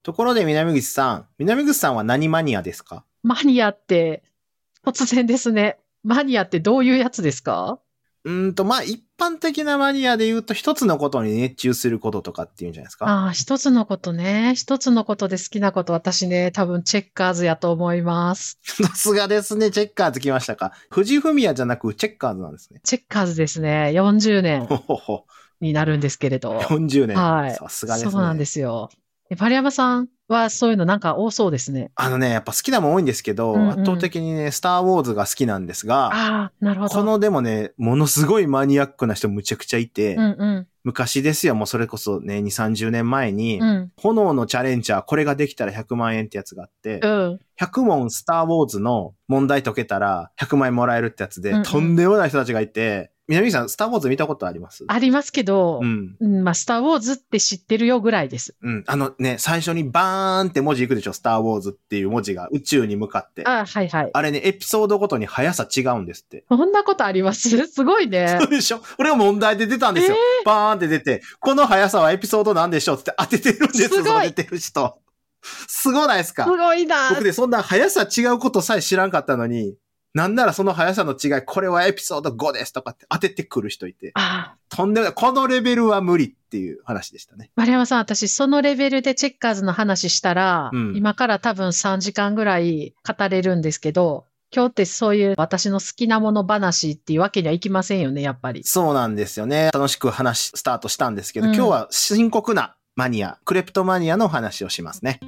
ところで南口さんは何マニアですか？ マニアって、突然ですね。マニアってどういうやつですか？ まあ、一般的なマニアで言うと、一つのことに熱中することとかっていうんじゃないですか？ ああ、一つのことね。一つのことで好きなこと、私ね、多分チェッカーズやと思います。 さすがですね。チェッカーズ来ましたか。藤井フミヤじゃなくチェッカーズなんですね。 チェッカーズですね。40年ほほほ。 になるんですけれど。 40年。 はい。 さすがですそうなんでね。 すよ。丸山さんはそういうのなんか多そうですね。 やっぱ好きなもん多いんですけど、圧倒的にね、スターウォーズが好きなんですが、 ああ、なるほど。 このでもね、ものすごいマニアックな人むちゃくちゃいて、 うん昔ですよ、もうそれこそね、2、30年前に、 うん。 炎のチャレンジャー、これができたら100万円ってやつがあって、 うん。 100問スターウォーズの問題解けたら100万円もらえるってやつで、とんでもない人たちがいて、南さん、スターウォーズ見たことあります？ ありますけど、 うん。 まあ、スターウォーズって知ってるよぐらいです。 うん。最初にバーンって文字いくでしょ、スターウォーズっていう文字が宇宙に向かって。 あ、はいはい。 あれね、エピソードごとに速さ違うんですって。 そんなことあります？すごいね。 そうでしょ？これが問題で出たんですよ。バーンって出て、この速さはエピソードなんでしょうって当ててるんですよ、その出てる人。すごないですか？ すごいな。 僕でそんな速さ違うことさえ知らんかったのに、なんならその速さの違い、これはエピソード5ですとかって当ててくる人いて。とんでもない。このレベルは無理っていう話でしたね。 丸山さん、私そのレベルでチェッカーズの話したら、今から多分3時間ぐらい語れるんですけど、今日ってそういう私の好きなもの話っていうわけにはいきませんよね、やっぱり。 そうなんですよね。楽しく話スタートしたんですけど、今日は深刻なマニア、クレプトマニアの話をしますね。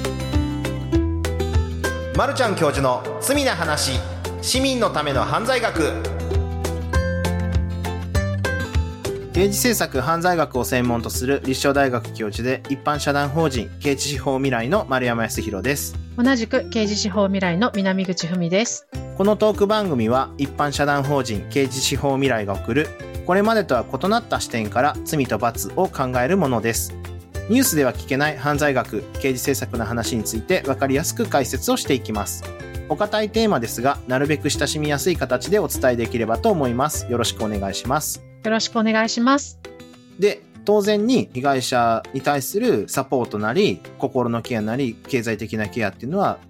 まるちゃん教授の罪な話、市民のための犯罪学。刑事政策犯罪学を専門とする立正大学教授で一般社団法人刑事司法未来の丸山康弘です。 同じく刑事司法未来の南口文です。 このトーク番組は一般社団法人刑事司法未来が送るこれまでとは異なった視点から罪と罰を考えるものです。ニュースでは聞けない犯罪学、刑事政策の話について分かりやすく解説をしていきます。お堅いテーマですが、なるべく親しみやすい形でお伝えできればと思います。よろしくお願いします。 よろしくお願いします。 で、当然に被害者に対するサポートなり、心のケアなり、経済的なケアっていうのは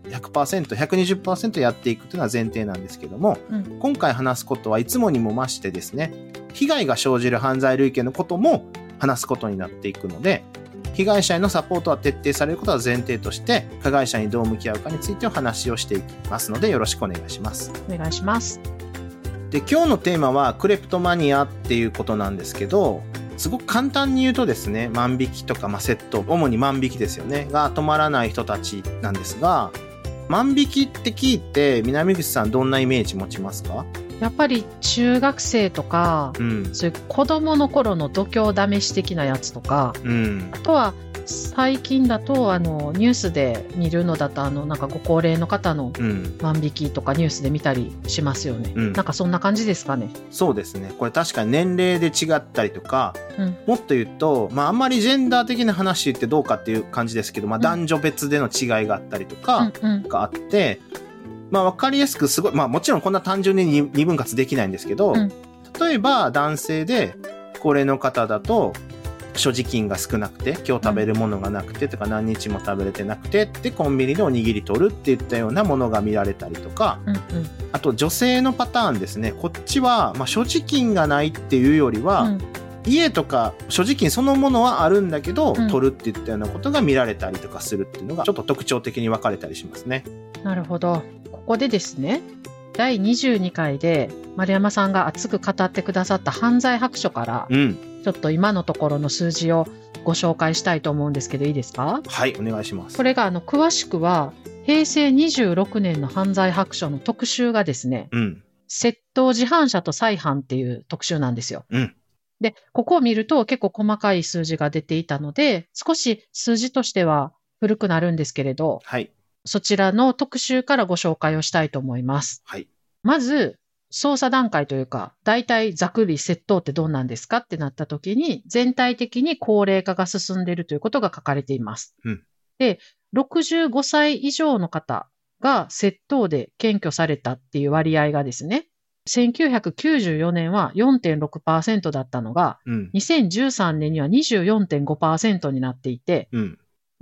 100%、120% やっていくというのは前提なんですけども、今回話すことはいつもにも増してですね、被害が生じる犯罪類型のことも話すことになっていくので、被害者へのサポートは徹底されることは前提として、加害者にどう向き合うかについてお話をしていきますので、よろしくお願いします。 お願いします。 で、今日のテーマはクレプトマニアっていうことなんですけど、すごく簡単に言うとですね、万引きとか、窃盗、主に万引きですよね、が止まらない人たちなんですが、万引きって聞いて、南口さんどんなイメージ持ちますか？ やっぱり中学生とか、そういう子供の頃の度胸試し的なやつとか、あとは最近だとニュースで見るのだとなんかご高齢の方の万引きとかニュースで見たりしますよね。なんかそんな感じですかね。 そうですね。これ確かに年齢で違ったりとか、もっと言うと、あんまりジェンダー的な話ってどうかっていう感じですけど、男女別での違いがあったりとかがあって、わかりやすくすごい、もちろんこんな単純に二分割できないんですけど、例えば男性で高齢の方だと所持金が少なくて今日食べるものがなくてとか何日も食べれてなくてってコンビニでおにぎり取るっていったようなものが見られたりとか、あと女性のパターンですね。こっちは所持金がないっていうよりは、家とか所持金そのものはあるんだけど、取るっていったようなことが見られたりとかするっていうのがちょっと特徴的に分かれたりしますね。 なるほど。ここでですね、第22回で丸山さんが熱く語ってくださった犯罪白書から、ちょっと今のところの数字をご紹介したいと思うんですけどいいですか？ はい、お願いします。 これが詳しくは平成26年の犯罪白書の特集がですね、窃盗自犯者と再犯っていう特集なんですよ。で、ここを見ると結構細かい数字が出ていたので、少し数字としては古くなるんですけれど、そちらの特集からご紹介をしたいと思います。まず、捜査段階というか、大体ざっくり窃盗ってどうなんですかってなった時に、全体的に高齢化が進んでいるということが書かれています。で、65歳以上の方が窃盗で検挙されたっていう割合がですね、1994年は 4.6% だったのが、2013年には 24.5% になっていて、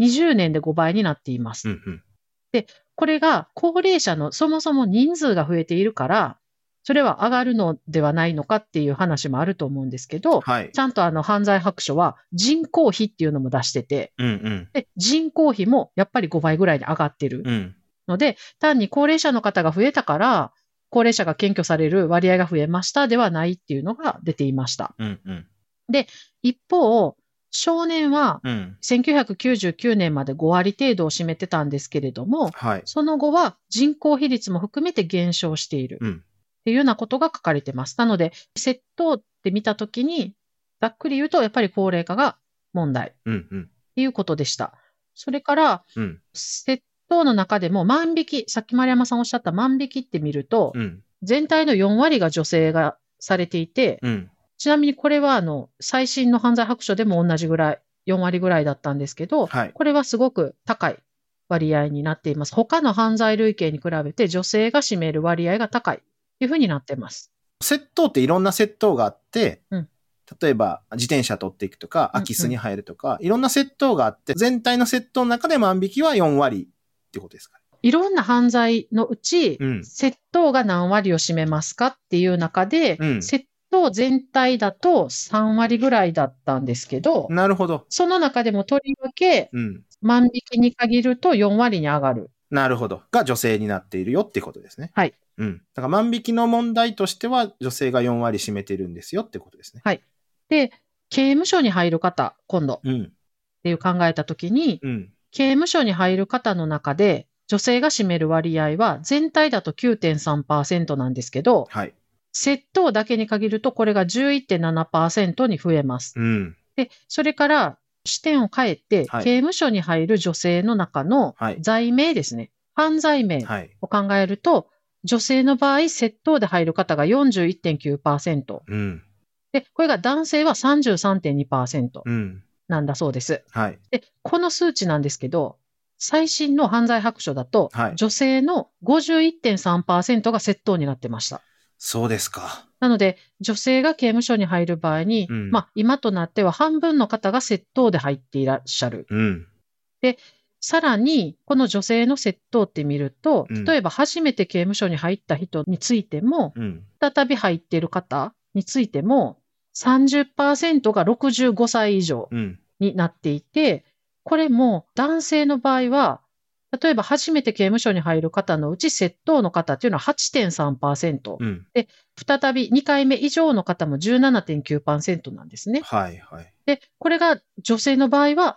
20年で5倍になっています。で、これが高齢者のそもそも人数が増えているから、それは上がるのではないのかっていう話もあると思うんですけど、ちゃんと犯罪白書は人口比っていうのも出してて、で人口比もやっぱり5倍ぐらいで上がってるので、単に高齢者の方が増えたから、高齢者が検挙される割合が増えましたではないっていうのが出ていました。で、一方、少年は1999年まで5割程度を占めてたんですけれども、その後は人口比率も含めて減少しているっていうようなことが書かれています。なので、窃盗って見たときに、ざっくり言うとやっぱり高齢化が問題っていうことでした。それから、窃盗の中でも万引き、さっき丸山さんおっしゃった万引きって見ると、全体の4割が女性がされていて、ちなみにこれは最新の犯罪白書でも同じぐらい、4割ぐらいだったんですけど、これはすごく高い割合になっています。他の犯罪類型に比べて女性が占める割合が高いというふうになっています。 窃盗っていろんな窃盗があって、例えば自転車取っていくとか、空き巣に入るとか、いろんな窃盗があって、全体の窃盗の中で万引きは4割ってことですか？ いろんな犯罪のうち、窃盗が何割を占めますかっていう中で、窃盗全体だと3割ぐらいだったんですけど、 なるほど。 その中でもとりわけ、万引きに限ると4割に上がる。 なるほど。が女性になっているよってことですね。 はい。 だから万引きの問題としては女性が4割占めてるんですよってことですね。 はい。で、刑務所に入る方、今度。っていう考えたときに、刑務所に入る方の中で、女性が占める割合は全体だと 9.3% なんですけど、窃盗だけに限るとこれが 11.7% に増えます。で、それから視点を変えて、刑務所に入る女性の中の罪名ですね。犯罪名を考えると、女性の場合、窃盗で入る方が 41.9%。で、これが男性は 33.2% なんだそうです。で、この数値なんですけど、最新の犯罪白書だと、女性の 51.3% が窃盗になってました。 そうですか。 なので、女性が刑務所に入る場合に、今となっては半分の方が窃盗で入っていらっしゃる。で、さらに、この女性の窃盗って見ると、例えば初めて刑務所に入った人についても、再び入っている方についても、30% が65歳以上になっていて、これも男性の場合は、例えば初めて刑務所に入る方のうち窃盗の方っていうのは 8.3%、で、再び2回目以上の方も 17.9% なんですね。で、これが女性の場合は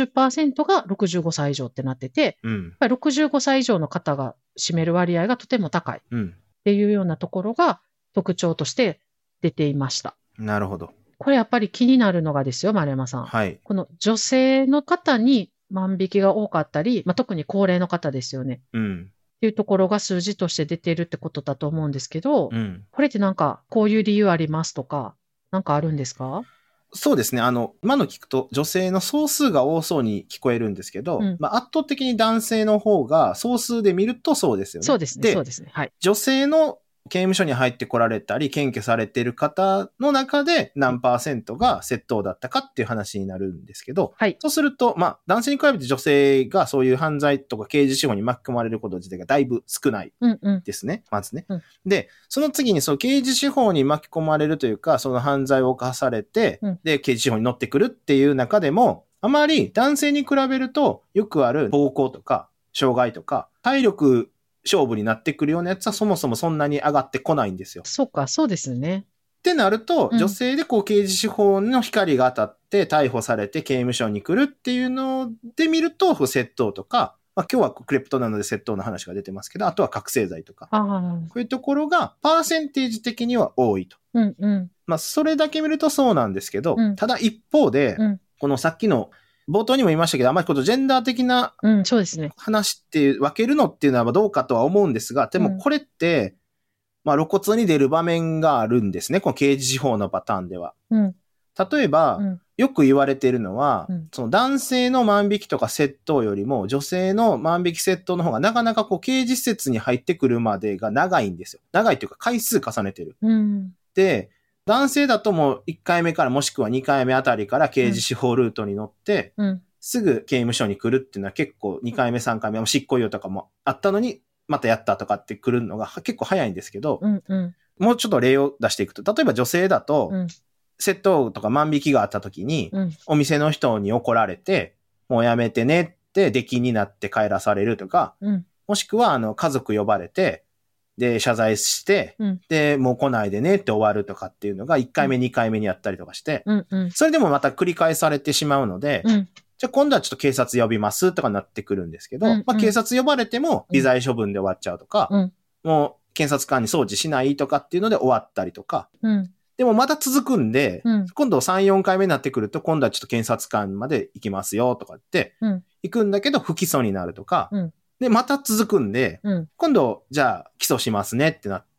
30% が65歳以上ってなってて、やっぱり65歳以上の方が占める割合がとても高いっていうようなところが特徴として出ていました。 なるほど。 これやっぱり気になるのがですよ、丸山さん。この女性の方に万引きが多かったり、特に高齢の方ですよね。っていうところが数字として出てるってことだと思うんですけど、これってなんかこういう理由ありますとか、なんかあるんですか？ そうですね。今の聞くと女性の総数が多そうに聞こえるんですけど、圧倒的に男性の方が総数で見るとそうですよね。 そうですね。そうですね。はい。 女性の刑務所に入ってこられたり、検挙されている方の中で何%が窃盗だったかっていう話になるんですけど、そうすると、男性に比べて女性がそういう犯罪とか刑事司法に巻き込まれること自体がだいぶ少ないですね。まずね。で、その次にその刑事司法に巻き込まれるというか、その犯罪を犯されて、で、刑事司法に乗ってくるっていう中でも、あまり男性に比べるとよくある暴行とか、傷害とか、体力勝負になってくるようなやつはそもそもそんなに上がってこないんですよ。 そうか、そうですね。 ってなると、女性で刑事司法の光が当たって逮捕されて刑務所に来るっていうので見ると、窃盗とか、今日はクレプトなので窃盗の話が出てますけど、あとは覚醒剤とか。こういうところがパーセンテージ的には多いと。それだけ見るとそうなんですけど、ただ一方で、このさっきの冒頭にも言いましたけど、あまりジェンダー的な話って分けるのっていうのはどうかとは思うんですが、でもこれって、露骨に出る場面があるんですね、この刑事司法のパターンでは。例えば、よく言われているのは、その男性の万引きとか窃盗よりも女性の万引き窃盗の方がなかなか刑事施設に入ってくるまでが長いんですよ。長いというか回数重ねてる。で、男性だともう1回目からもしくは2回目あたりから刑事司法ルートに乗って、 すぐ刑務所に来るっていうのは結構2回目3回目も執行猶予とかもあったのにまたやったとかって来るのが結構早いんですけど、 うんうん、 もうちょっと例を出していくと、例えば女性だと、窃盗とか万引きがあった時に、お店の人に怒られて、もうやめてねって出禁になって帰らされるとか、もしくは家族呼ばれて、で、謝罪して、で、もう来ないでねって終わるとかっていうのが1回目、2回目にやったりとかして、それでもまた繰り返されてしまうので、じゃあ今度はちょっと警察呼びますとかなってくるんですけど、まあ警察呼ばれても微罪処分で終わっちゃうとか、もう検察官に送致しないとかっていうので終わったりとか、でもまた続くんで、今度3、4回目になってくると、今度はちょっと検察官まで行きますよとかって、行くんだけど不起訴になるとか、で、また続くんで、今度、じゃあ起訴しますねってなって、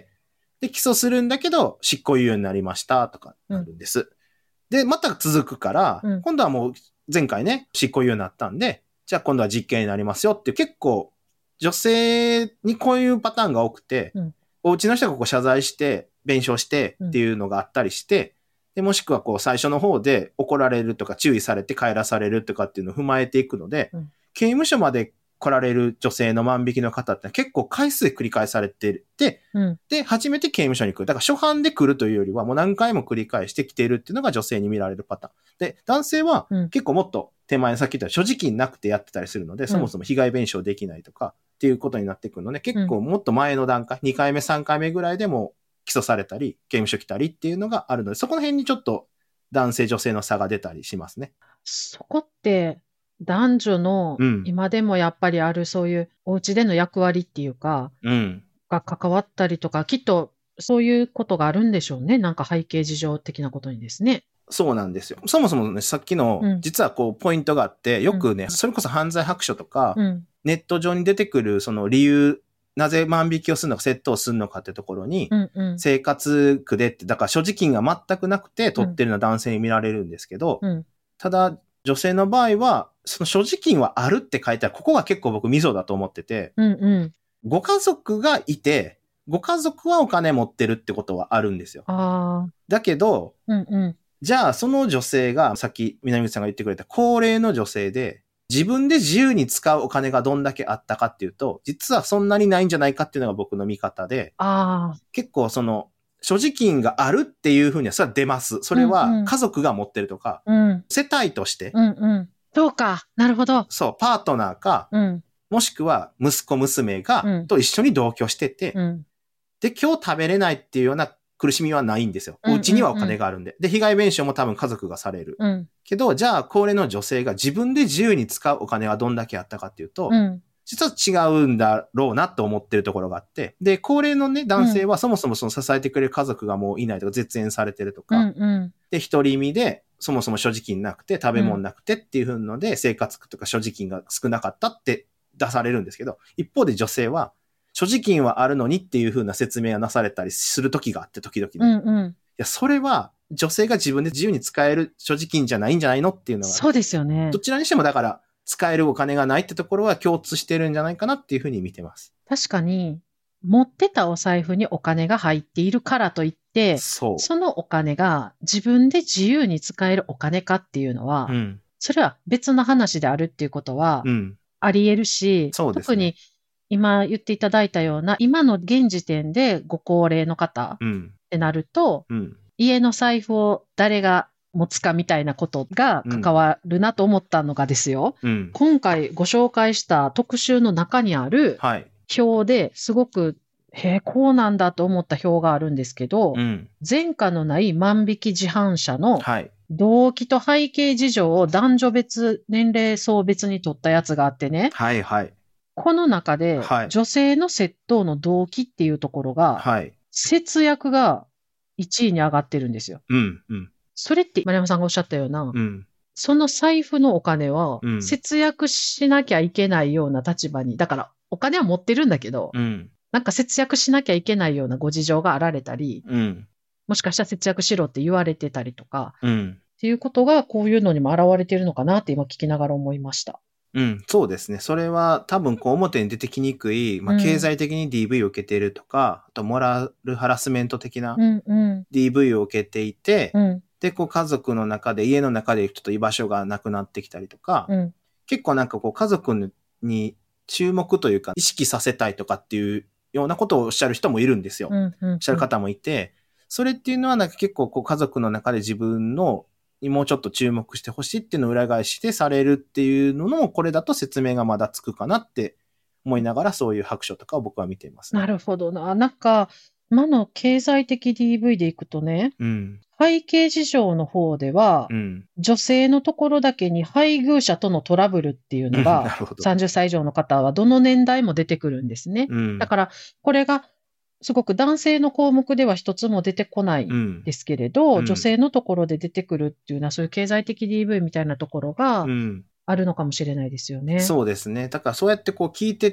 で、起訴するんだけど、執行猶予になりましたとかなるんです。で、また続くから、今度はもう前回ね、執行猶予になったんで、じゃあ今度は実刑になりますよっていう結構、女性にこういうパターンが多くて、お家の人がこう謝罪して、弁償してっていうのがあったりして、で、もしくはこう最初の方で怒られるとか注意されて帰らされるとかっていうのを踏まえていくので、刑務所まで来られる女性の万引きの方って結構回数繰り返されてて、で、初めて刑務所に来る。だから初犯で来るというよりはもう何回も繰り返してきているっていうのが女性に見られるパターン。で、男性は結構もっと手前のさっき言った所持金なくてやってたりするので、そもそも被害弁償できないとかっていうことになってくるので、結構もっと前の段階、2回目、3回目ぐらいでも起訴されたり、刑務所来たりっていうのがあるので、そこの辺にちょっと男性女性の差が出たりしますね。 そこって男女の今でもやっぱりあるそういうお家での役割っていうか、が関わったりとか、きっとそういうことがあるんでしょうね。なんか背景事情的なことにですね。 そうなんですよ。そもそもね、さっきの、実はこう、ポイントがあって、よくね、それこそ犯罪白書とか、ネット上に出てくるその理由、なぜ万引きをするのか、窃盗をするのかってところに、生活苦でって、だから所持金が全くなくて取ってるような男性に見られるんですけど、ただ、女性の場合は、その所持金はあるって書いてある、ここが結構僕ミソだと思ってて、ご家族がいて、ご家族はお金持ってるってことはあるんですよ。だけど、じゃあその女性が、さっき南口さんが言ってくれた高齢の女性で、自分で自由に使うお金がどんだけあったかっていうと、実はそんなにないんじゃないかっていうのが僕の見方で、結構その、所持金があるっていうふうにはそれは出ます。それは家族が持ってるとか、世帯として、 そうか、なるほど。 そう、パートナーか、もしくは息子娘が、と一緒に同居してて、で、今日食べれないっていうような苦しみはないんですよ。お家にはお金があるんで。で、被害弁償も多分家族がされる。けど、じゃあ、高齢の女性が自分で自由に使うお金はどんだけあったかっていうと、実は違うんだろうなと思ってるところがあって、で、高齢のね、男性はそもそもその支えてくれる家族がもういないとか、絶縁されてるとか、で、一人身で、そもそも所持金なくて、食べ物なくてっていうので、生活苦とか所持金が少なかったって出されるんですけど、一方で女性は、所持金はあるのにっていう風な説明がなされたりする時があって、時々ね。いや、それは女性が自分で自由に使える所持金じゃないんじゃないのっていうのが。 そうですよね。 どちらにしてもだから使えるお金がないってところは共通してるんじゃないかなっていう風に見てます。 確かに、持ってたお財布にお金が入っているからといって、そのお金が自分で自由に使えるお金かっていうのは、それは別の話であるっていうことは、あり得るし、特に今言っていただいたような、今の現時点でご高齢の方ってなると、家の財布を誰が持つかみたいなことが関わるなと思ったのがですよ。今回ご紹介した特集の中にある表ですごく、こうなんだと思った表があるんですけど、前科のない万引き自販車の動機と背景事情を男女別、年齢層別に取ったやつがあってね。この中で、女性の窃盗の動機っていうところが、節約が1位に上がってるんですよ。それって丸山さんがおっしゃったような、その財布のお金を節約しなきゃいけないような立場に、だからお金は持ってるんだけど、なんか節約しなきゃいけないようなご事情があられたり、もしかしたら節約しろって言われてたりとか、っていうことがこういうのにも現れてるのかなって今聞きながら思いました。 そうですね。それは多分こう表に出てきにくい、経済的に DV を受けているとか、あとモラルハラスメント的な DV を受けていて、 で、こう家族の中で、家の中でちょっと居場所がなくなってきたりとか、結構なんかこう家族に注目というか意識させたいとかっていうようなことをおっしゃる人もいるんですよ。おっしゃる方もいて、それっていうのはなんか結構こう家族の中で自分のにもうちょっと注目してほしいっていうのを裏返してされるっていうのも、これだと説明がまだつくかなって思いながら、そういう白書とかを僕は見ていますね。 なるほどな。なんか、今の経済的 DV でいくとね、背景事情の方では、女性のところだけに配偶者とのトラブルっていうのが、30歳以上の方はどの年代も出てくるんですね。だから、これがすごく男性の項目では一つも出てこないんですけれど、女性のところで出てくるっていうのは、そういう経済的 DV みたいなところが、あるのかもしれないですよね。 そうですね。だからそうやってこう聞いてって、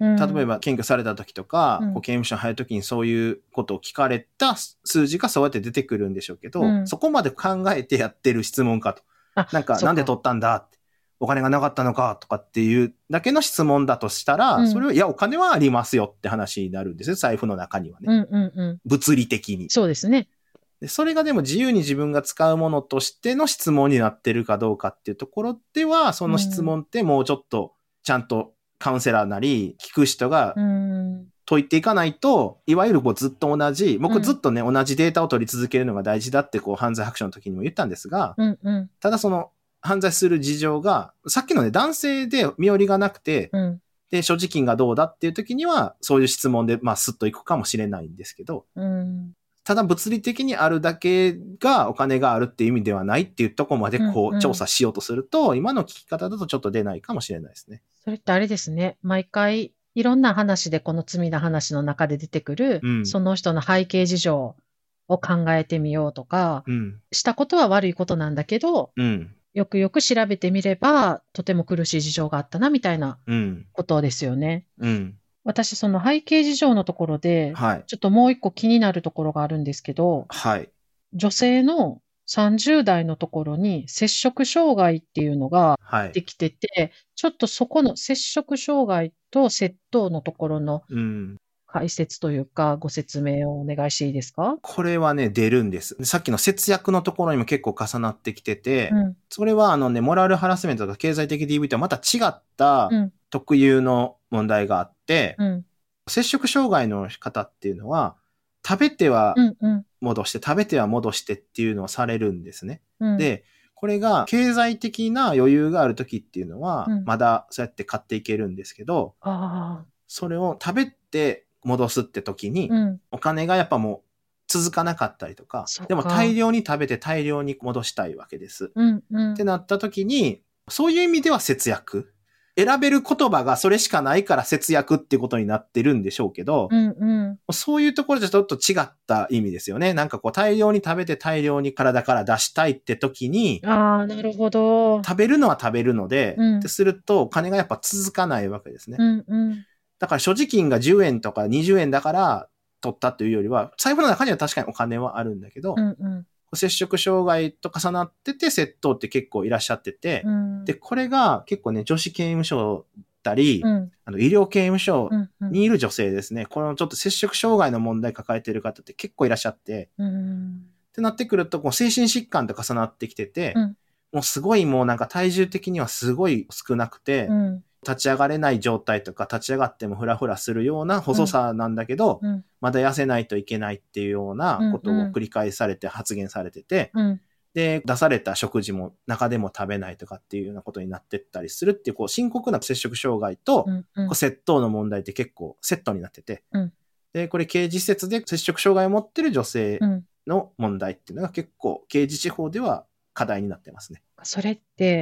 例えば検挙された時とか、こう刑務所に入る時にそういうことを聞かれた数字がそうやって出てくるんでしょうけど、そこまで考えてやってる質問かと。なんか、なんで取ったんだって。お金がなかったのかとかっていうだけの質問だとしたら、それは、いや、お金はありますよって話になるんですよ。財布の中にはね。物理的に。 そうですね。 で、それがでも自由に自分が使うものとしての質問になってるかどうかっていうところでは、その質問ってもうちょっとちゃんとカウンセラーなり聞く人が解いていかないと、いわゆるこうずっと同じ、僕ずっとね、同じデータを取り続けるのが大事だってこう犯罪白書の時にも言ったんですが、ただその犯罪する事情が、さっきのね、男性で身寄りがなくて、で、所持金がどうだっていう時には、そういう質問で、まあ、スッといくかもしれないんですけど、ただ物理的にあるだけがお金があるっていう意味ではないっていうところまでこう調査しようとすると、今の聞き方だとちょっと出ないかもしれないですね。 それってあれですね。毎回いろんな話でこの罪な話の中で出てくる、その人の背景事情を考えてみようとか、したことは悪いことなんだけど、よくよく調べてみれば、とても苦しい事情があったなみたいなことですよね。私、その背景事情のところで、ちょっともう一個気になるところがあるんですけど、女性の30代のところに摂食障害っていうのができてて、ちょっとそこの摂食障害と窃盗のところの解説というか、ご説明をお願いしていいですか？ これはね、出るんです。さっきの節約のところにも結構重なってきてて、それはモラルハラスメントとか経済的 DV とはまた違った特有の問題があって、摂食障害の方っていうのは、食べては戻して、食べては戻してっていうのをされるんですね。で、これが経済的な余裕がある時っていうのは、まだそうやって買っていけるんですけど、それを食べて戻すって時に、お金がやっぱもう続かなかったりとか、でも大量に食べて大量に戻したいわけです。ってなった時に、そういう意味では節約。選べる言葉がそれしかないから節約っていうことになってるんでしょうけど、そういうところじゃちょっと違った意味ですよね。なんかこう大量に食べて大量に体から出したいって時に、 なるほど。 食べるのは食べるので、ってするとお金がやっぱ続かないわけですね。だから所持金が10円とか20円だから取ったというよりは、財布の中には確かにお金はあるんだけど、摂食障害と重なってて窃盗って結構いらっしゃってて、で、これが結構ね、女子刑務所だり、医療刑務所にいる女性ですね。このちょっと摂食障害の問題抱えている方って結構いらっしゃって、ってなってくると、こう精神疾患と重なってきてて、もうすごいもうなんか体重的にはすごい少なくて、立ち上がれない状態とか、立ち上がってもフラフラするような細さなんだけど、まだ痩せないといけないっていうようなことを繰り返されて発言されてて、で、出された食事も中でも食べないとかっていうようなことになってったりするっていう、こう深刻な摂食障害と、こう窃盗の問題って結構セットになってて、で、これ刑事施設で摂食障害を持ってる女性の問題っていうのが結構刑事地方では課題になってますね。 それって、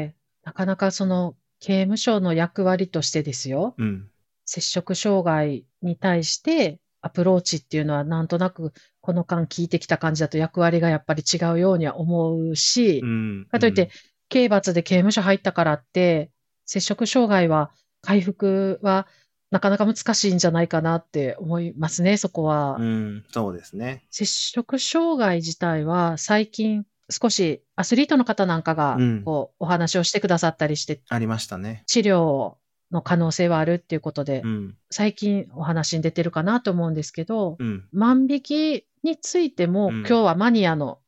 なかなかその、刑務所の役割としてですよ。摂食障害に対してアプローチっていうのはなんとなくこの間聞いてきた感じだと役割がやっぱり違うようには思うし、かといって刑罰で刑務所入ったからって摂食障害は回復はなかなか難しいんじゃないかなって思いますね、そこは。 そうですね。 摂食障害自体は最近少しアスリートの方なんかがこうお話をしてくださったりして、 ありましたね。 治療の可能性はあるっていうことで、最近お話に出てるかなと思うんですけど、万引きについても、今日はマニアの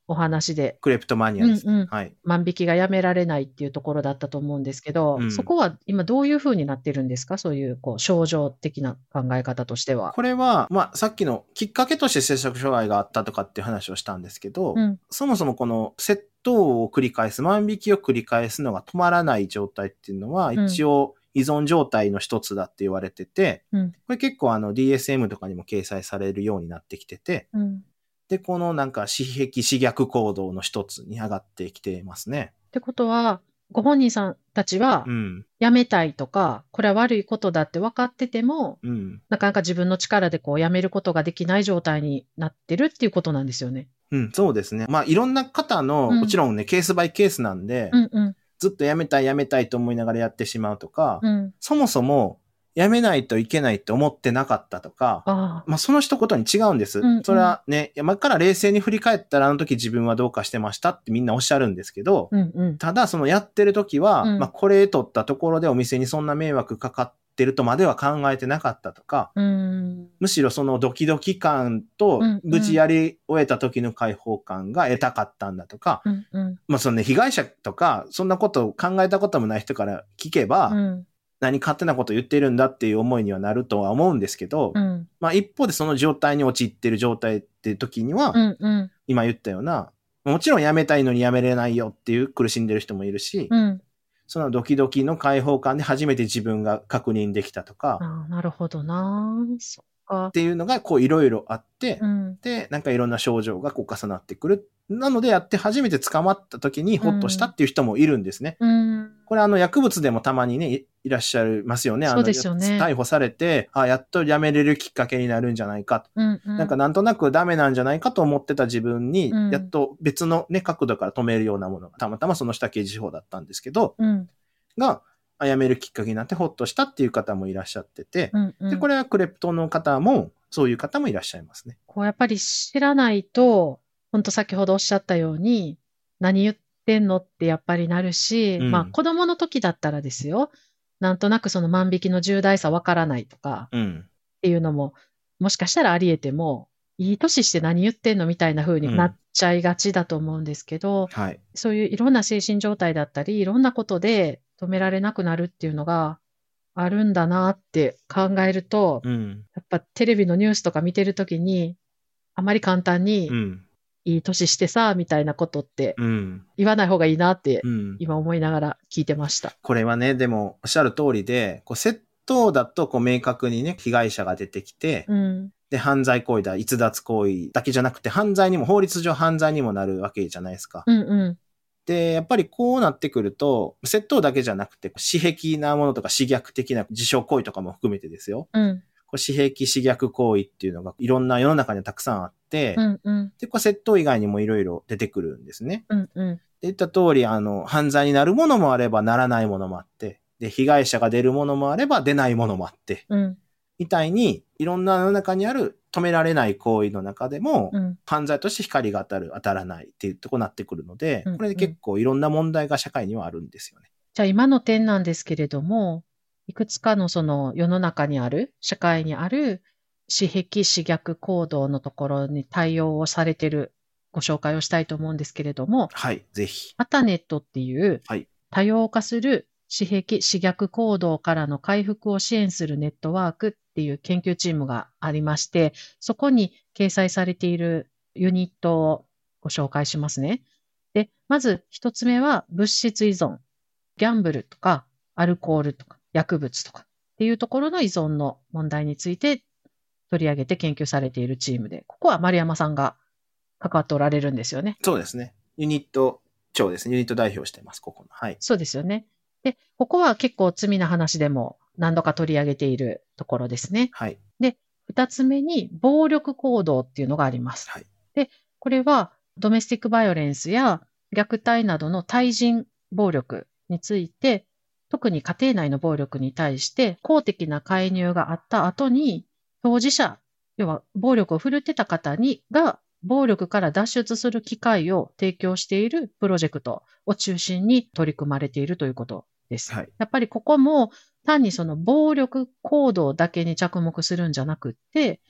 お話で。 クレプトマニアですね。はい。 万引きがやめられないっていうところだったと思うんですけど、そこは今どういう風になってるんですか？そういう、症状的な考え方としては。 これは、さっきのきっかけとして摂食障害があったとかっていう話をしたんですけど、そもそもこの窃盗を繰り返す、万引きを繰り返すのが止まらない状態っていうのは、一応依存状態の一つだって言われてて、これ結構DSM とかにも掲載されるようになってきてて、で、このなんか私癖私逆行動の一つに上がってきてますね。 ってことは、ご本人さんたちは、やめたいとか、これは悪いことだって分かってても、なかなか自分の力でやめることができない状態になってるっていうことなんですよね。 そうですね。いろんな方の、もちろんね、ケースバイケースなんで、ずっとやめたいと思いながらやってしまうとか、そもそも、やめないといけないって思ってなかったとか、その一言に違うんです。それはね、今から冷静に振り返ったらあの時自分はどうかしてましたってみんなおっしゃるんですけど、ただそのやってる時は、これ取ったところでお店にそんな迷惑かかってるとまでは考えてなかったとか、むしろそのドキドキ感と無事やり終えた時の解放感が得たかったんだとか、そのね、被害者とか、そんなことを考えたこともない人から聞けば、何勝手なこと言ってるんだっていう思いにはなるとは思うんですけど、一方でその状態に陥ってる状態っていう時には、今言ったような、もちろんやめたいのにやめれないよっていう苦しんでる人もいるし、そのドキドキの解放感で初めて自分が確認できたとか、 なるほどな。そっか。 っていうのがいろいろあって、で、なんかいろんな症状が重なってくる。なのでやって初めて捕まった時にホッとしたっていう人もいるんですね。これ薬物でもたまにね、いらっしゃいますよね。 そうですよね。 逮捕されて、やっとやめれるきっかけになるんじゃないか。なんとなくダメなんじゃないかと思ってた自分に、やっと別のね、角度から止めるようなものが、たまたまその下刑事法だったんですけど、が、やめるきっかけになってホッとしたっていう方もいらっしゃってて、で、これはクレプトの方も、そういう方もいらっしゃいますね。 やっぱり知らないと、本当先ほどおっしゃったように、何言ってんのってやっぱりなるし、子供の時だったらですよ、なんとなくその万引きの重大さわからないとか、っていうのも、もしかしたらあり得ても、いい年して何言ってんのみたいな風になっちゃいがちだと思うんですけど、そういういろんな精神状態だったり、いろんなことで止められなくなるっていうのがあるんだなって考えると、やっぱテレビのニュースとか見てるときに、あまり簡単に、いい年してさ、みたいなことって言わない方がいいなって、今思いながら聞いてました。 これはね、でもおっしゃる通りで、窃盗だと明確にね、被害者が出てきて、で、犯罪行為だ、逸脱行為だけじゃなくて、法律上犯罪にもなるわけじゃないですか。で、やっぱりこうなってくると、窃盗だけじゃなくて、私癖なものとか、私逆的な自傷行為とかも含めてですよ。私癖、私逆行為っていうのがいろんな世の中にはたくさんあって、で、窃盗以外にもいろいろ出てくるんですね。で、言った通り、犯罪になるものもあればならないものもあって、で、被害者が出るものもあれば出ないものもあって、みたいに、いろんな世の中にある止められない行為の中でも、犯罪として光が当たる、当たらないっていうところになってくるので、これで結構いろんな問題が社会にはあるんですよね。 じゃあ今の点なんですけれども、いくつかのその世の中にある、社会にある、私癖、私逆行動のところに対応をされているご紹介をしたいと思うんですけれども、 はい、ぜひ。 アタネットっていう、多様化する私癖、私逆行動からの回復を支援するネットワークっていう研究チームがありまして、そこに掲載されているユニットをご紹介しますね。で、まず一つ目は物質依存。ギャンブルとかアルコールとか薬物とかっていうところの依存の問題について取り上げて研究されているチームで、ここは丸山さんが関わっておられるんですよね。 そうですね。ユニット長ですね。ユニット代表してます、ここの。はい。 そうですよね。で、ここは結構罪な話でも何度か取り上げているところですね。 はい。 で、二つ目に暴力行動っていうのがあります。 はい。 で、これはドメスティックバイオレンスや虐待などの対人暴力について、特に家庭内の暴力に対して公的な介入があった後に、当事者、要は暴力を振るってた方が暴力から脱出する機会を提供しているプロジェクトを中心に取り組まれているということです。はい、やっぱりここも単にその暴力行動だけに着目するんじゃなくって、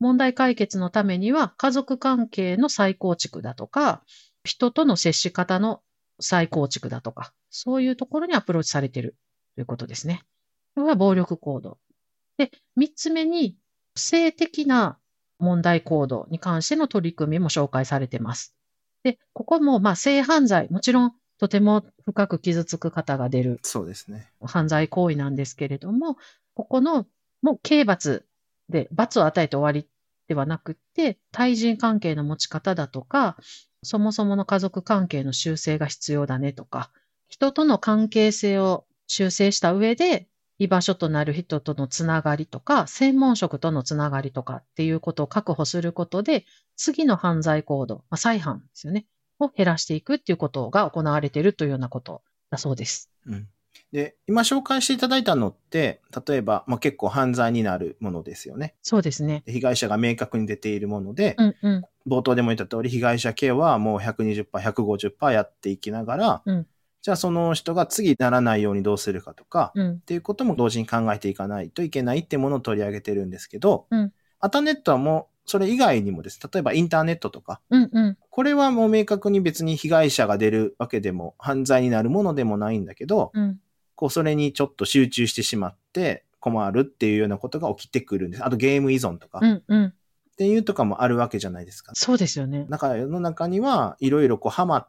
問題解決のためには家族関係の再構築だとか、人との接し方の再構築だとか、そういうところにアプローチされているということですね。これは暴力行動。で、3つ目に性的な問題行動に関しての取り組みも紹介されています。で、ここも性犯罪、もちろんとても深く傷つく方が出るそうですね。 犯罪行為なんですけれども、ここのもう刑罰で罰を与えて終わりではなくって、対人関係の持ち方だとか、そもそもの家族関係の修正が必要だねとか、人との関係性を修正した上で、居場所となる人とのつながりとか、専門職とのつながりとかっていうことを確保することで、次の犯罪行動、再犯ですよね、を減らしていくっていうことが行われているというようなことだそうです。 うん。で、今紹介していただいたのって、例えば、結構犯罪になるものですよね。 そうですね。 被害者が明確に出ているもので、 うんうん、 冒頭でも言った通り、被害者ケアはもう 120%、150% やっていきながら、じゃあその人が次ならないようにどうするかとか、っていうことも同時に考えていかないといけないっていうものを取り上げてるんですけど、アタネットはもうそれ以外にもです。例えばインターネットとか、これはもう明確に別に被害者が出るわけでも犯罪になるものでもないんだけど、それにちょっと集中してしまって困るっていうようなことが起きてくるんです。あとゲーム依存とか。っていうとかもあるわけじゃないですか。 そうですよね。 だから世の中にはいろいろハマって、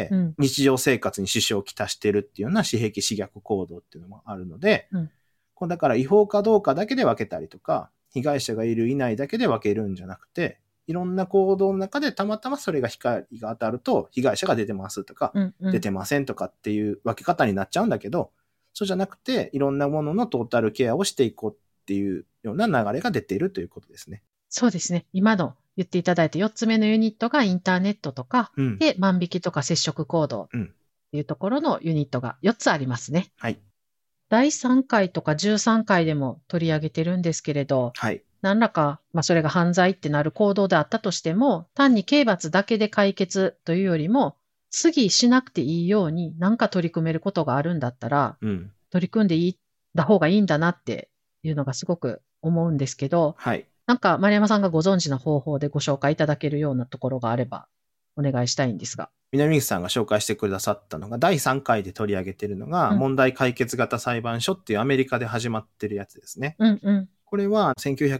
日常生活に支障をきたしてるっていうような私癖私逆行動っていうのもあるので、だから違法かどうかだけで分けたりとか、被害者がいるいないだけで分けるんじゃなくて、いろんな行動の中でたまたまそれが光が当たると被害者が出てますとか、出てませんとかっていう分け方になっちゃうんだけど、そうじゃなくていろんなもののトータルケアをしていこうっていうような流れが出ているということですね。 そうですね。今の言っていただいた4つ目のユニットがインターネットとか、で万引きとか接触行動っていうところのユニットが4つありますね。 はい。 第3回とか13回でも取り上げてるんですけれど、 はい。 何らか、それが犯罪ってなる行動であったとしても、単に刑罰だけで解決というよりも、次しなくていいように何か取り組めることがあるんだったら、取り組んでいった方がいいんだなっていうのがすごく思うんですけど、 はい。 なんか丸山さんがご存知の方法でご紹介いただけるようなところがあればお願いしたいんですが。 南口さんが紹介してくださったのが、第3回で取り上げているのが、問題解決型裁判所っていうアメリカで始まってるやつですね。これは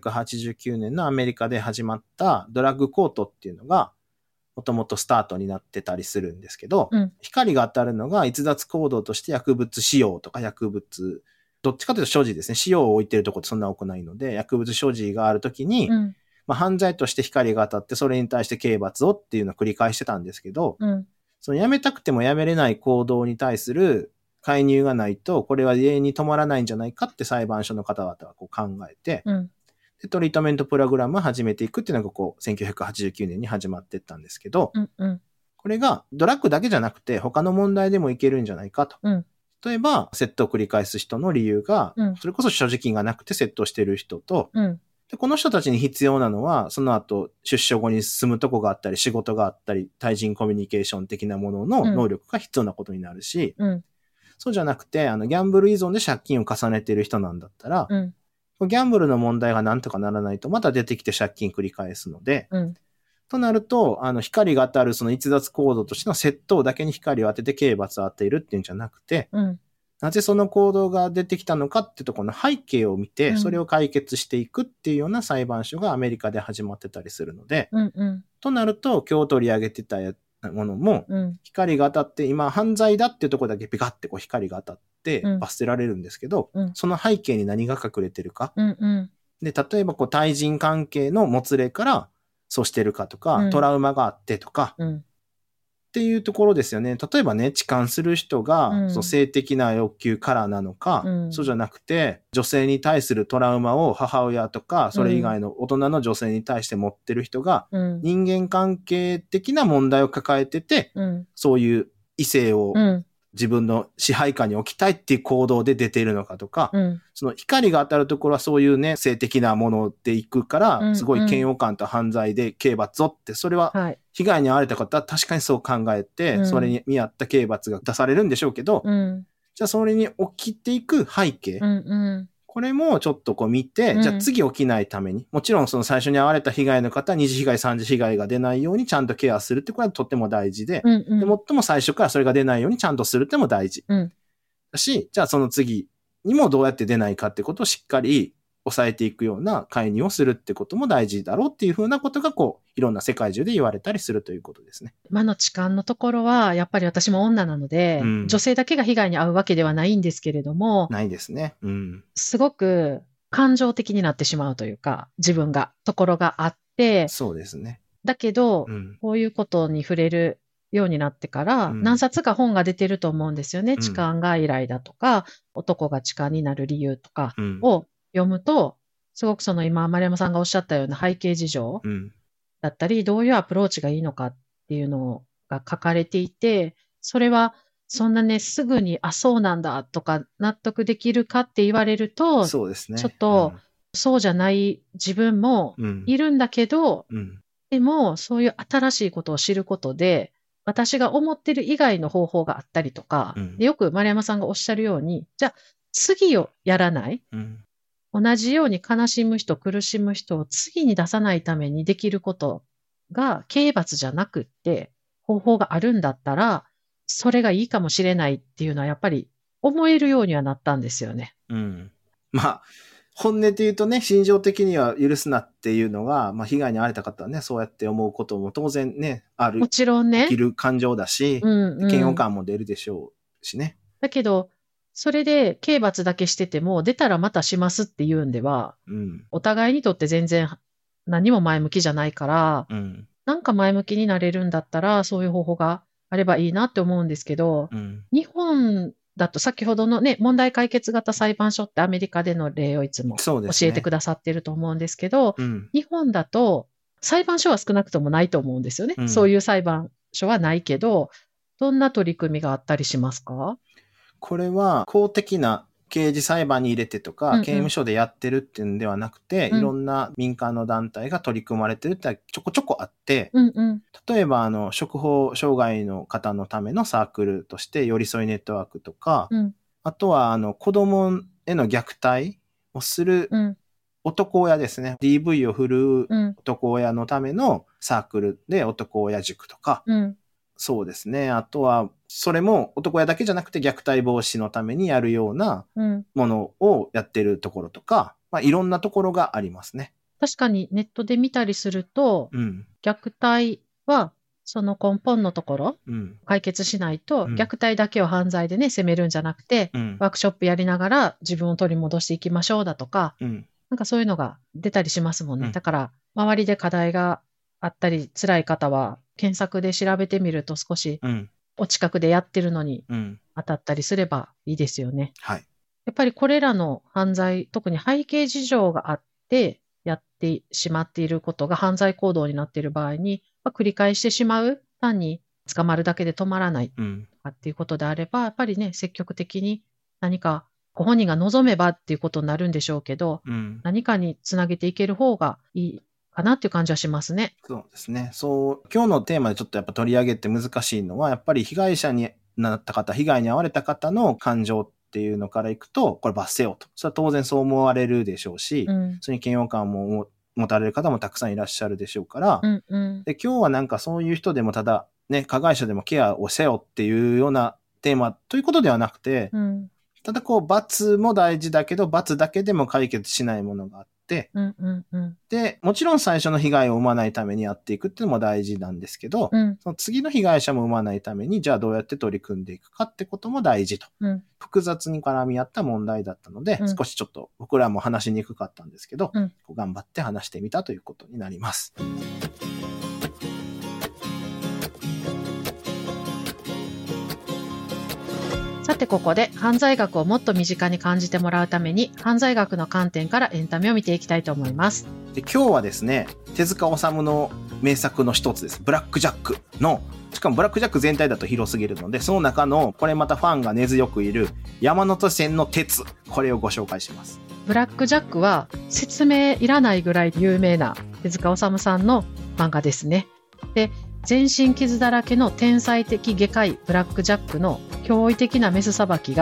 1989年のアメリカで始まったドラッグコートっていうのが、もともとスタートになってたりするんですけど、光が当たるのが逸脱行動として薬物使用とか薬物、どっちかというと所持ですね。使用を置いてるところってそんな多くないので、薬物所持があるときに、犯罪として光が当たって、それに対して刑罰をっていうのを繰り返してたんですけど、そのやめたくてもやめれない行動に対する介入がないと、これは永遠に止まらないんじゃないかって裁判所の方々は考えて、で、トリートメントプログラムを始めていくっていうのが1989年に始まっていったんですけど、これがドラッグだけじゃなくて他の問題でもいけるんじゃないかと。例えば、窃盗を繰り返す人の理由が、それこそ所持金がなくて窃盗してる人と、で、この人たちに必要なのは、その後、出所後に住むとこがあったり、仕事があったり、対人コミュニケーション的なものの能力が必要なことになるし、そうじゃなくて、ギャンブル依存で借金を重ねている人なんだったら、ギャンブルの問題がなんとかならないと、また出てきて借金繰り返すので、となると、光が当たるその逸脱行動としての窃盗だけに光を当てて刑罰を当てるっていうんじゃなくて、なぜその行動が出てきたのかっていうところの背景を見て、それを解決していくっていうような裁判所がアメリカで始まってたりするので、となると、今日取り上げてたものも、光が当たって、今犯罪だっていうところだけピカって光が当たって罰せられるんですけど、その背景に何が隠れてるか。で、例えば対人関係のもつれからそうしてるかとか、トラウマがあってとか、っていうところですよね。例えばね、痴漢する人が、その性的な欲求からなのか、そうじゃなくて、女性に対するトラウマを母親とか、それ以外の大人の女性に対して持ってる人が、人間関係的な問題を抱えてて、そういう異性を自分の支配下に置きたいっていう行動で出ているのかとか、その光が当たるところはそういうね、性的なもので行くから、すごい嫌悪感と犯罪で刑罰をって、それは被害に遭われた方は確かにそう考えて、それに見合った刑罰が出されるんでしょうけど、じゃあそれに起きていく背景、ここれもちょっとこう見て、じゃあ次起きないために、もちろんその最初に遭われた被害の方、二次被害、三次被害が出ないようにちゃんとケアするってこれはとっても大事で、で最も最初からそれが出ないようにちゃんとするっても大事。だし、じゃあその次にもどうやって出ないかってことをしっかり抑えていくような介入をするってことも大事だろうっていうふうなことがこういろんな世界中で言われたりするということですね。 今の痴漢のところはやっぱり私も女なので、女性だけが被害に遭うわけではないんですけれども、 ないですね。 すごく感情的になってしまうというか、自分がところがあって、 そうですね。 だけど、こういうことに触れるようになってから、何冊か本が出てると思うんですよね。痴漢外来だとか、男が痴漢になる理由とかを読むと、すごくその今、丸山さんがおっしゃったような背景事情だったり、どういうアプローチがいいのかっていうのが書かれていて、それはそんなね、すぐに、あ、そうなんだとか納得できるかって言われると、 そうですね。 ちょっと、そうじゃない自分もいるんだけど、でも、そういう新しいことを知ることで、私が思ってる以外の方法があったりとか、でよく丸山さんがおっしゃるように、じゃあ次をやらない、同じように悲しむ人、苦しむ人を次に出さないためにできることが刑罰じゃなくって方法があるんだったら、それがいいかもしれないっていうのはやっぱり思えるようにはなったんですよね。 まあ、本音で言うとね、心情的には許すなっていうのが、まあ被害に遭われた方はね、そうやって思うことも当然ね、ある。 もちろんね。 起きる感情だし、嫌悪感も出るでしょうしね。 だけど、それで刑罰だけしてても、出たらまたしますっていうんでは、お互いにとって全然何も前向きじゃないから、なんか前向きになれるんだったら、そういう方法があればいいなって思うんですけど、日本だと先ほどのね、問題解決型裁判所ってアメリカでの例をいつも教えてくださってると思うんですけど、日本だと裁判所は少なくともないと思うんですよね。そういう裁判所はないけど、どんな取り組みがあったりしますか？ これは公的な刑事裁判に入れてとか、刑務所でやってるっていうんではなくて、いろんな民間の団体が取り組まれてるってちょこちょこあって、例えば触法障害の方のためのサークルとして寄り添いネットワークとか、あとは子供への虐待をする男親ですね。DV を振るう男親のためのサークルで男親塾とか、そうですね。あとは、それも男親だけじゃなくて虐待防止のためにやるようなものをやってるところとか、まあ、いろんなところがありますね。 確かにネットで見たりすると、虐待はその根本のところ、解決しないと、虐待だけを犯罪でね、責めるんじゃなくて、ワークショップやりながら自分を取り戻していきましょうだとか、なんかそういうのが出たりしますもんね。だから、周りで課題があったり、辛い方は、検索で調べてみると少し、お近くでやってるのに当たったりすればいいですよね。やっぱりこれらの犯罪、特に背景事情があってやってしまっていることが犯罪行動になっている場合に、繰り返してしまう、単に捕まるだけで止まらないとかっていうことであれば、やっぱりね、積極的に何かご本人が望めばっていうことになるんでしょうけど、何かにつなげていける方がいいかなっていう感じはしますね。 そうですね。今日のテーマでちょっとやっぱ取り上げて難しいのは、やっぱり被害者になった方、被害に遭われた方の感情っていうのからいくと、これ罰せよと。それは当然そう思われるでしょうし、それに嫌悪感も持たれる方もたくさんいらっしゃるでしょうから、で今日はなんかそういう人でもただね、加害者でもケアをせよっていうようなテーマということではなくて、ただ罰も大事だけど、罰だけでも解決しないものがあって、で、もちろん最初の被害を生まないためにやっていくっていうのも大事なんですけど、その次の被害者も生まないために、じゃあどうやって取り組んでいくかってことも大事と。複雑に絡み合った問題だったので、少しちょっと僕らも話しにくかったんですけど、頑張って話してみたということになります。 さてここで犯罪学をもっと身近に感じてもらうために犯罪学の観点からエンタメを見ていきたいと思います。 で今日はですね、手塚治虫の名作の一つです。ブラックジャックの、しかもブラックジャック全体だと広すぎるので、その中のこれまたファンが根強くいる山手線の鉄、これをご紹介します。 ブラックジャックは説明いらないぐらい有名な手塚治虫さんの漫画ですね。で、全身傷だらけの天才的外科医ブラックジャックの驚異的なメスさばきが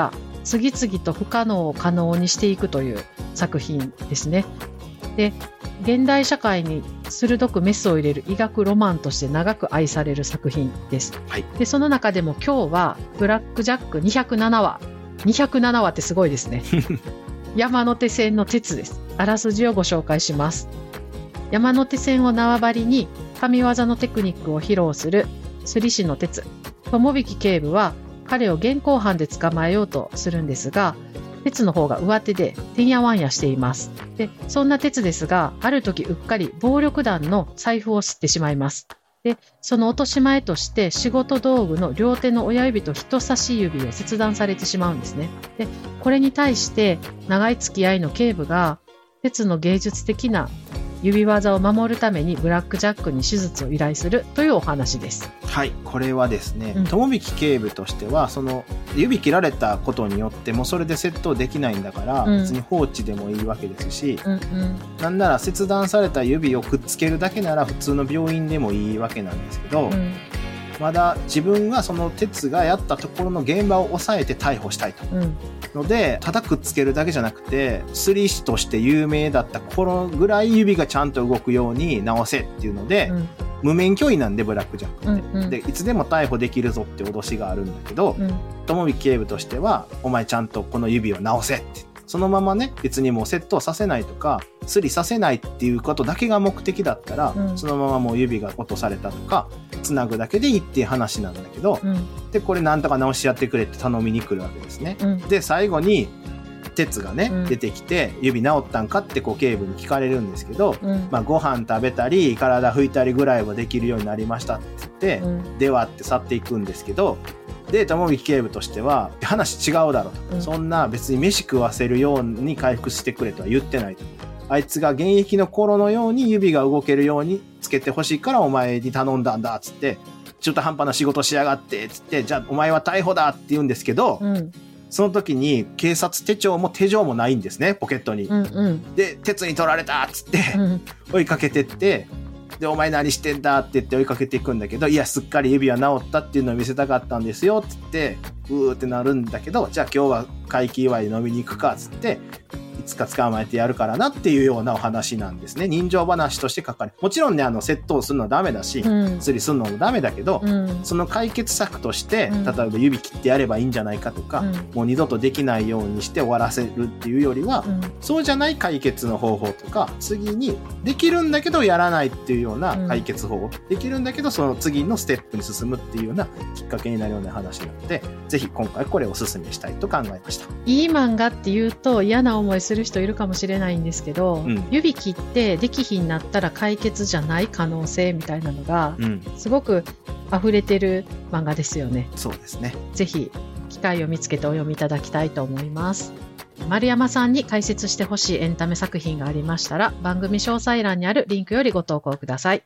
次々と不可能を可能にしていくという作品ですね。で、現代社会に鋭くメスを入れる医学ロマンとして長く愛される作品です。 はい、 でその中でも今日はブラックジャック207話。207話ってすごいですね。山手線の鉄です。あらすじをご紹介します。山手線を縄張りに神業のテクニックを披露する釣り師の鉄。友引警部は彼を現行犯で捕まえようとするんですが、鉄の方が上手でてんやわんやしています。で、そんな鉄ですが、ある時うっかり暴力団の財布を吸ってしまいます。で、その落とし前として仕事道具の両手の親指と人差し指を切断されてしまうんですね。で、これに対して長い付き合いの警部が鉄の芸術的な指技を守るためにブラックジャックに手術を依頼するというお話です。 はい、これはですね、友引警部としてはその指切られたことによってもうそれで窃盗できないんだから、別に放置でもいいわけですし、なんなら切断された指をくっつけるだけなら普通の病院でもいいわけなんですけど、まだ自分がその鉄がやったところの現場を抑えて逮捕したいと、のでただくっつけるだけじゃなくて釣り師として有名だった頃ぐらい指がちゃんと動くように直せっていうので、無免許医なんでブラックジャックって、でいつでも逮捕できるぞって脅しがあるんだけど、友引警部としてはお前ちゃんとこの指を直せって、そのままね別にもう窃盗させないとか釣りさせないっていうことだけが目的だったら、そのままもう指が落とされたとかつなぐだけでいいっていう話なんだけど、でこれなんとか直しやってくれって頼みに来るわけですね。で最後に鉄がね、出てきて指治ったんかってこう警部に聞かれるんですけど、ご飯食べたり体拭いたりぐらいはできるようになりましたって言って、ではって去っていくんですけど、で友引警部としては話違うだろうと、そんな別に飯食わせるように回復してくれとは言ってないと、あいつが現役の頃のように指が動けるようにつけてほしいからお前に頼んだんだっつって、中途半端な仕事しやがってっつって、じゃあお前は逮捕だって言うんですけど、その時に警察手帳も手錠もないんですね、ポケットに。で鉄に取られたっつって追いかけてって、でお前何してんだって言って追いかけていくんだけど、いやすっかり指は治ったっていうのを見せたかったんですよっつってうーってなるんだけど、じゃあ今日は会期祝いで飲みに行くかっつっていつか捕まえてやるからなっていうようなお話なんですね。人情話として書かれる。もちろんね窃盗するのはダメだし、釣りするのもダメだけど、その解決策として、例えば指切ってやればいいんじゃないかとか、もう二度とできないようにして終わらせるっていうよりは、そうじゃない解決の方法とか、次にできるんだけどやらないっていうような解決方法、できるんだけどその次のステップに進むっていうようなきっかけになるような話なので、ぜひ今回これをお勧めしたいと考えました。 いい漫画っていうと嫌な思いする人いるかもしれないんですけど、指切ってできひんなったら解決じゃない可能性みたいなのが、すごく溢れてる漫画ですよね。 そうですね。 ぜひ機会を見つけてお読みいただきたいと思います。丸山さんに解説してほしいエンタメ作品がありましたら、番組詳細欄にあるリンクよりご投稿ください。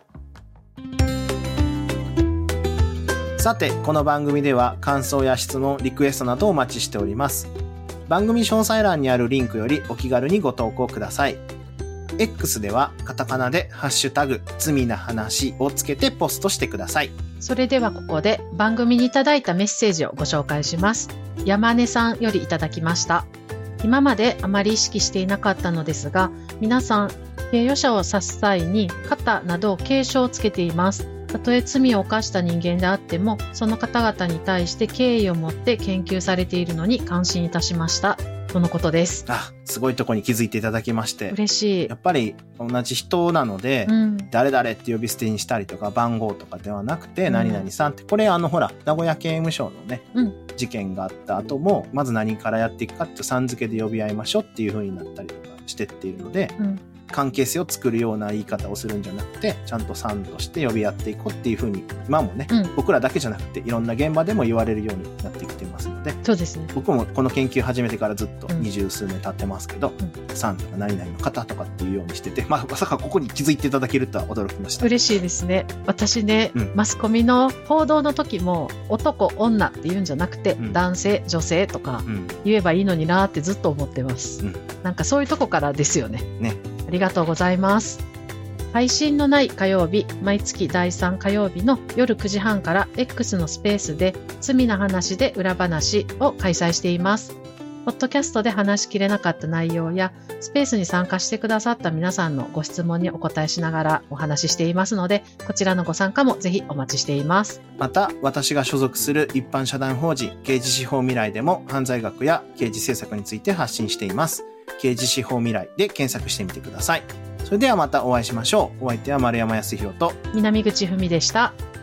さてこの番組では感想や質問、リクエストなどをお待ちしております。番組詳細欄にあるリンクよりお気軽にご投稿ください。X ではカタカナでハッシュタグ罪な話をつけてポストしてください。 それではここで番組にいただいたメッセージをご紹介します。山根さんよりいただきました。今まであまり意識していなかったのですが、皆さん刑予者を指す際に肩など警鐘をつけています。たとえ罪を犯した人間であっても、その方々に対して敬意を持って研究されているのに感心いたしました。とのことです。 すごいとこに気づいていただきまして嬉しい。 やっぱり同じ人なので、誰々って呼び捨てにしたりとか番号とかではなくて、何々さんって、これほら名古屋刑務所のね、事件があった後もまず何からやっていくかってさん付けで呼び合いましょうっていう風になったりとかしてっているので、関係性を作るような言い方をするんじゃなくて、ちゃんとさんとして呼び合っていこうっていう風に今もね、僕らだけじゃなくていろんな現場でも言われるようになってきてますので。 そうですね。 僕もこの研究始めてからずっと20数年経ってますけど、さんとか何々の方とかっていうようにしてて、まさかここに気づいていただけるとは驚きました。 嬉しいですね。私ね、マスコミの報道の時も男女って言うんじゃなくて、男性女性とか言えばいいのになってずっと思ってます。なんかそういうとこからですよね。ありがとうございます。 配信のない火曜日、毎月第3火曜日の夜9時半から X のスペースで罪な話で裏話を開催しています。ポッドキャストで話しきれなかった内容や、スペースに参加してくださった皆さんのご質問にお答えしながらお話ししていますので、こちらのご参加もぜひお待ちしています。 また、私が所属する一般社団法人刑事司法未来でも犯罪学や刑事政策について発信しています。刑事司法未来で検索してみてください。それではまたお会いしましょう。お相手は丸山康弘と南口文でした。